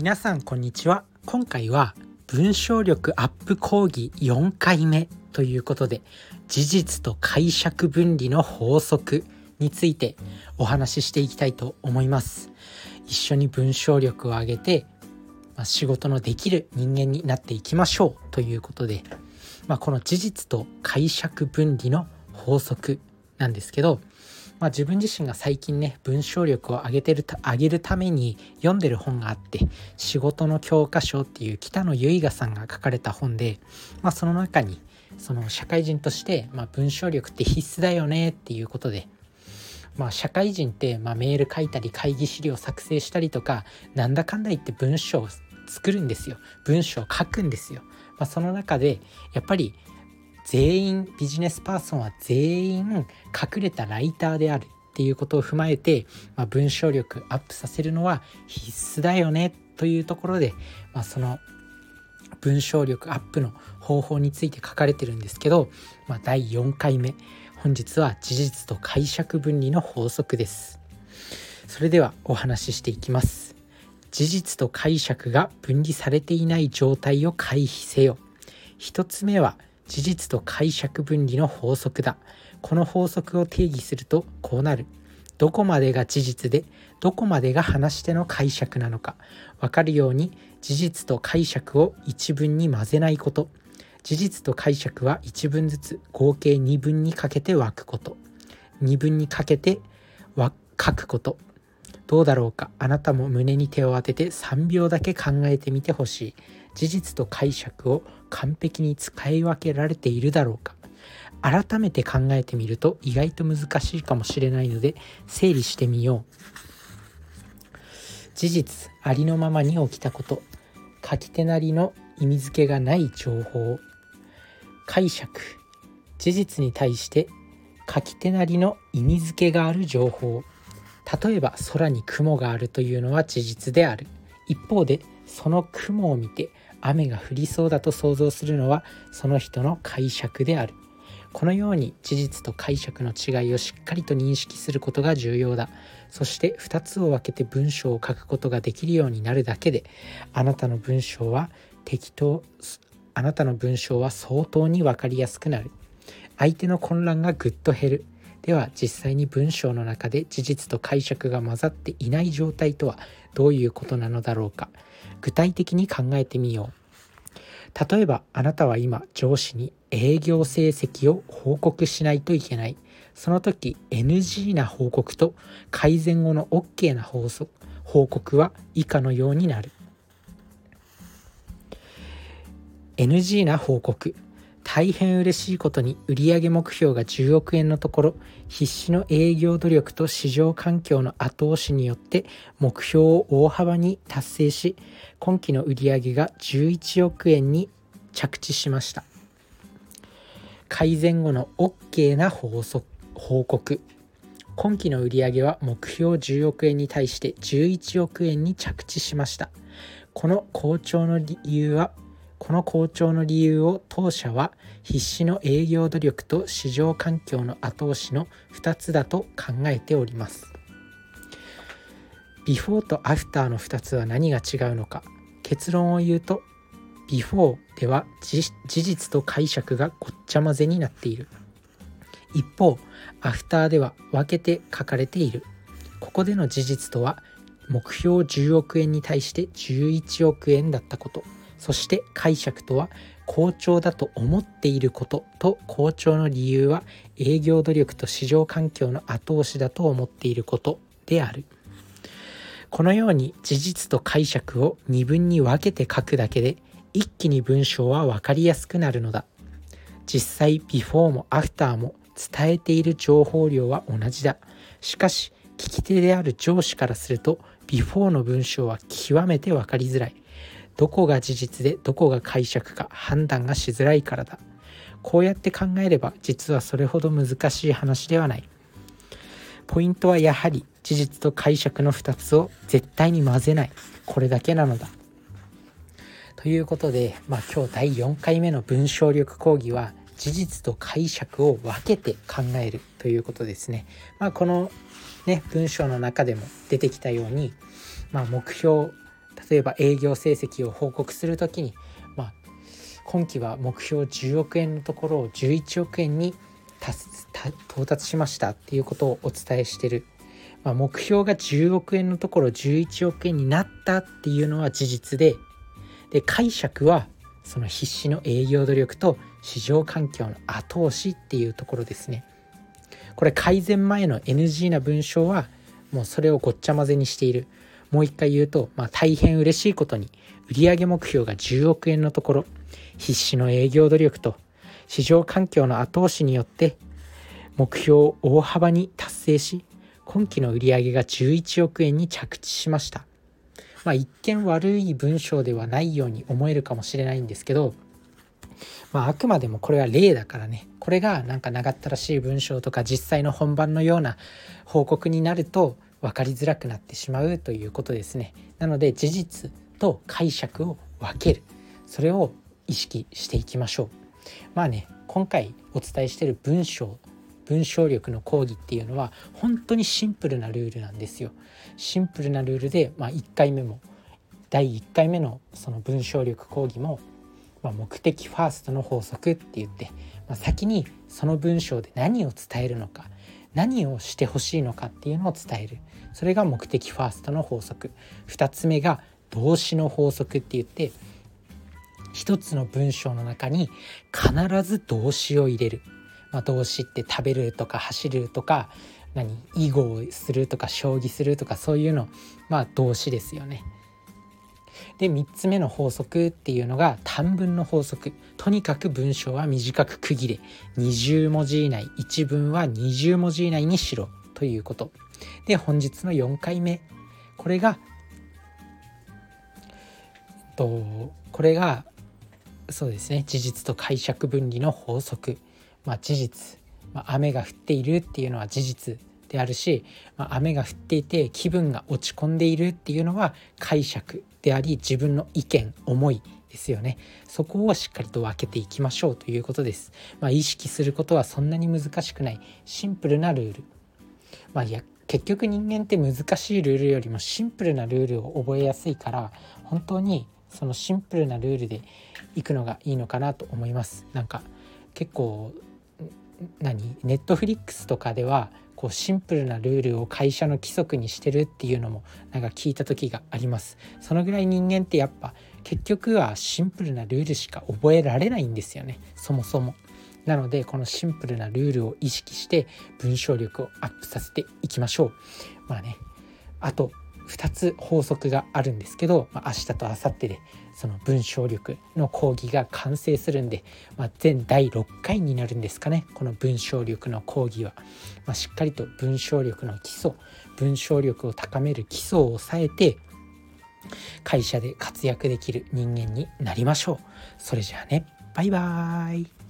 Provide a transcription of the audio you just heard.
皆さんこんにちは。今回は文章力アップ講義4回目ということで、事実と解釈分離の法則についてお話ししていきたいと思います。一緒に文章力を上げて、仕事のできる人間になっていきましょうということで、この事実と解釈分離の法則なんですけど、自分自身が最近ね、文章力を上げるために読んでる本があって、仕事の教科書っていう北野由賀さんが書かれた本で、その中にその社会人として、文章力って必須だよねっていうことで、社会人って、メール書いたり会議資料作成したりとか、なんだかんだ言って文章を作るんですよ。文章を書くんですよ。その中でやっぱりビジネスパーソンは全員隠れたライターであるっていうことを踏まえて、文章力アップさせるのは必須だよねというところで、その文章力アップの方法について書かれてるんですけど、第4回目、本日は事実と解釈分離の法則です。それではお話ししていきます。事実と解釈が分離されていない状態を回避せよ。一つ目は事実と解釈分離の法則だ。この法則を定義するとこうなる。どこまでが事実で、どこまでが話し手の解釈なのか分かるように、事実と解釈を一文に混ぜないこと。事実と解釈は一文ずつ合計2文にかけて分くこと。2文にかけて書くこと。どうだろうか。あなたも胸に手を当てて3秒だけ考えてみてほしい。事実と解釈を完璧に使い分けられているだろうか。改めて考えてみると意外と難しいかもしれないので、整理してみよう。事実、ありのままに起きたこと。書き手なりの意味付けがない情報。解釈、事実に対して書き手なりの意味付けがある情報。例えば空に雲があるというのは事実である。一方でその雲を見て雨が降りそうだと想像するのはその人の解釈である。このように事実と解釈の違いをしっかりと認識することが重要だ。そして2つを分けて文章を書くことができるようになるだけで、あなたの文章は相当に分かりやすくなる。相手の混乱がぐっと減る。では実際に文章の中で事実と解釈が混ざっていない状態とはどういうことなのだろうか。具体的に考えてみよう。例えばあなたは今上司に営業成績を報告しないといけない。その時 NG な報告と改善後の OK な報告は以下のようになる。 NG な報告。大変嬉しいことに売上目標が10億円のところ、必死の営業努力と市場環境の後押しによって目標を大幅に達成し、今期の売上が11億円に着地しました。改善後の OK な報告。今期の売上は目標10億円に対して11億円に着地しました。この好調の理由を当社は必死の営業努力と市場環境の後押しの2つだと考えております。ビフォーとアフターの2つは何が違うのか。結論を言うと、ビフォーでは事実と解釈がごっちゃ混ぜになっている。一方、アフターでは分けて書かれている。ここでの事実とは目標10億円に対して11億円だったこと。そして解釈とは好調だと思っていることと、好調の理由は営業努力と市場環境の後押しだと思っていることである。このように事実と解釈を二分に分けて書くだけで一気に文章は分かりやすくなるのだ。実際ビフォーもアフターも伝えている情報量は同じだ。しかし聞き手である上司からするとビフォーの文章は極めて分かりづらい。どこが事実でどこが解釈か判断がしづらいからだ。こうやって考えれば実はそれほど難しい話ではない。ポイントはやはり事実と解釈の2つを絶対に混ぜない。これだけなのだ。ということで、今日第4回目の文章力講義は事実と解釈を分けて考えるということですね。この文章の中でも出てきたように、目標例えば営業成績を報告するときに、今期は目標10億円のところを11億円に到達しましたっていうことをお伝えしてる。目標が10億円のところ11億円になったっていうのは事実で、解釈はその必死の営業努力と市場環境の後押しっていうところですね。これ改善前の NG な文章はもうそれをごっちゃ混ぜにしている。もう一回言うと、大変嬉しいことに売上目標が10億円のところ、必死の営業努力と市場環境の後押しによって目標を大幅に達成し、今期の売上が11億円に着地しました。一見悪い文章ではないように思えるかもしれないんですけど、あくまでもこれは例だからね。これがなんか長ったらしい文章とか実際の本番のような報告になると分かりづらくなってしまうということですね。なので事実と解釈を分ける、それを意識していきましょう。今回お伝えしている文章力の講義っていうのは本当にシンプルなルールなんですよ。シンプルなルールで、1回目も第1回目のその文章力講義も、目的ファーストの法則って言って、先にその文章で何を伝えるのか、何をしてほしいのかっていうのを伝える。それが目的ファーストの法則。2つ目が動詞の法則って言って、一つの文章の中に必ず動詞を入れる。動詞って食べるとか走るとか囲碁をするとか将棋するとか、そういうの動詞ですよね。で3つ目の法則っていうのが短文の法則。とにかく文章は短く区切れ、20文字以内、一文は20文字以内にしろということで、本日の4回目、これがそうですね、事実と解釈分離の法則。事実、雨が降っているっていうのは事実であるし、雨が降っていて気分が落ち込んでいるっていうのは解釈であり、自分の意見思いですよね。そこをしっかりと分けていきましょうということです。意識することはそんなに難しくないシンプルなルール。結局人間って難しいルールよりもシンプルなルールを覚えやすいから、本当にそのシンプルなルールでいくのがいいのかなと思います。結構ネットフリックスとかではシンプルなルールを会社の規則にしてるっていうのも聞いた時があります。そのぐらい人間ってやっぱ結局はシンプルなルールしか覚えられないんですよね、そもそも。なのでこのシンプルなルールを意識して文章力をアップさせていきましょう。あと2つ法則があるんですけど、明日と明後日でその文章力の講義が完成するんで、全第6回になるんですかね、この文章力の講義は。しっかりと文章力の基礎、文章力を高める基礎を抑えて会社で活躍できる人間になりましょう。それじゃあね、バイバーイ。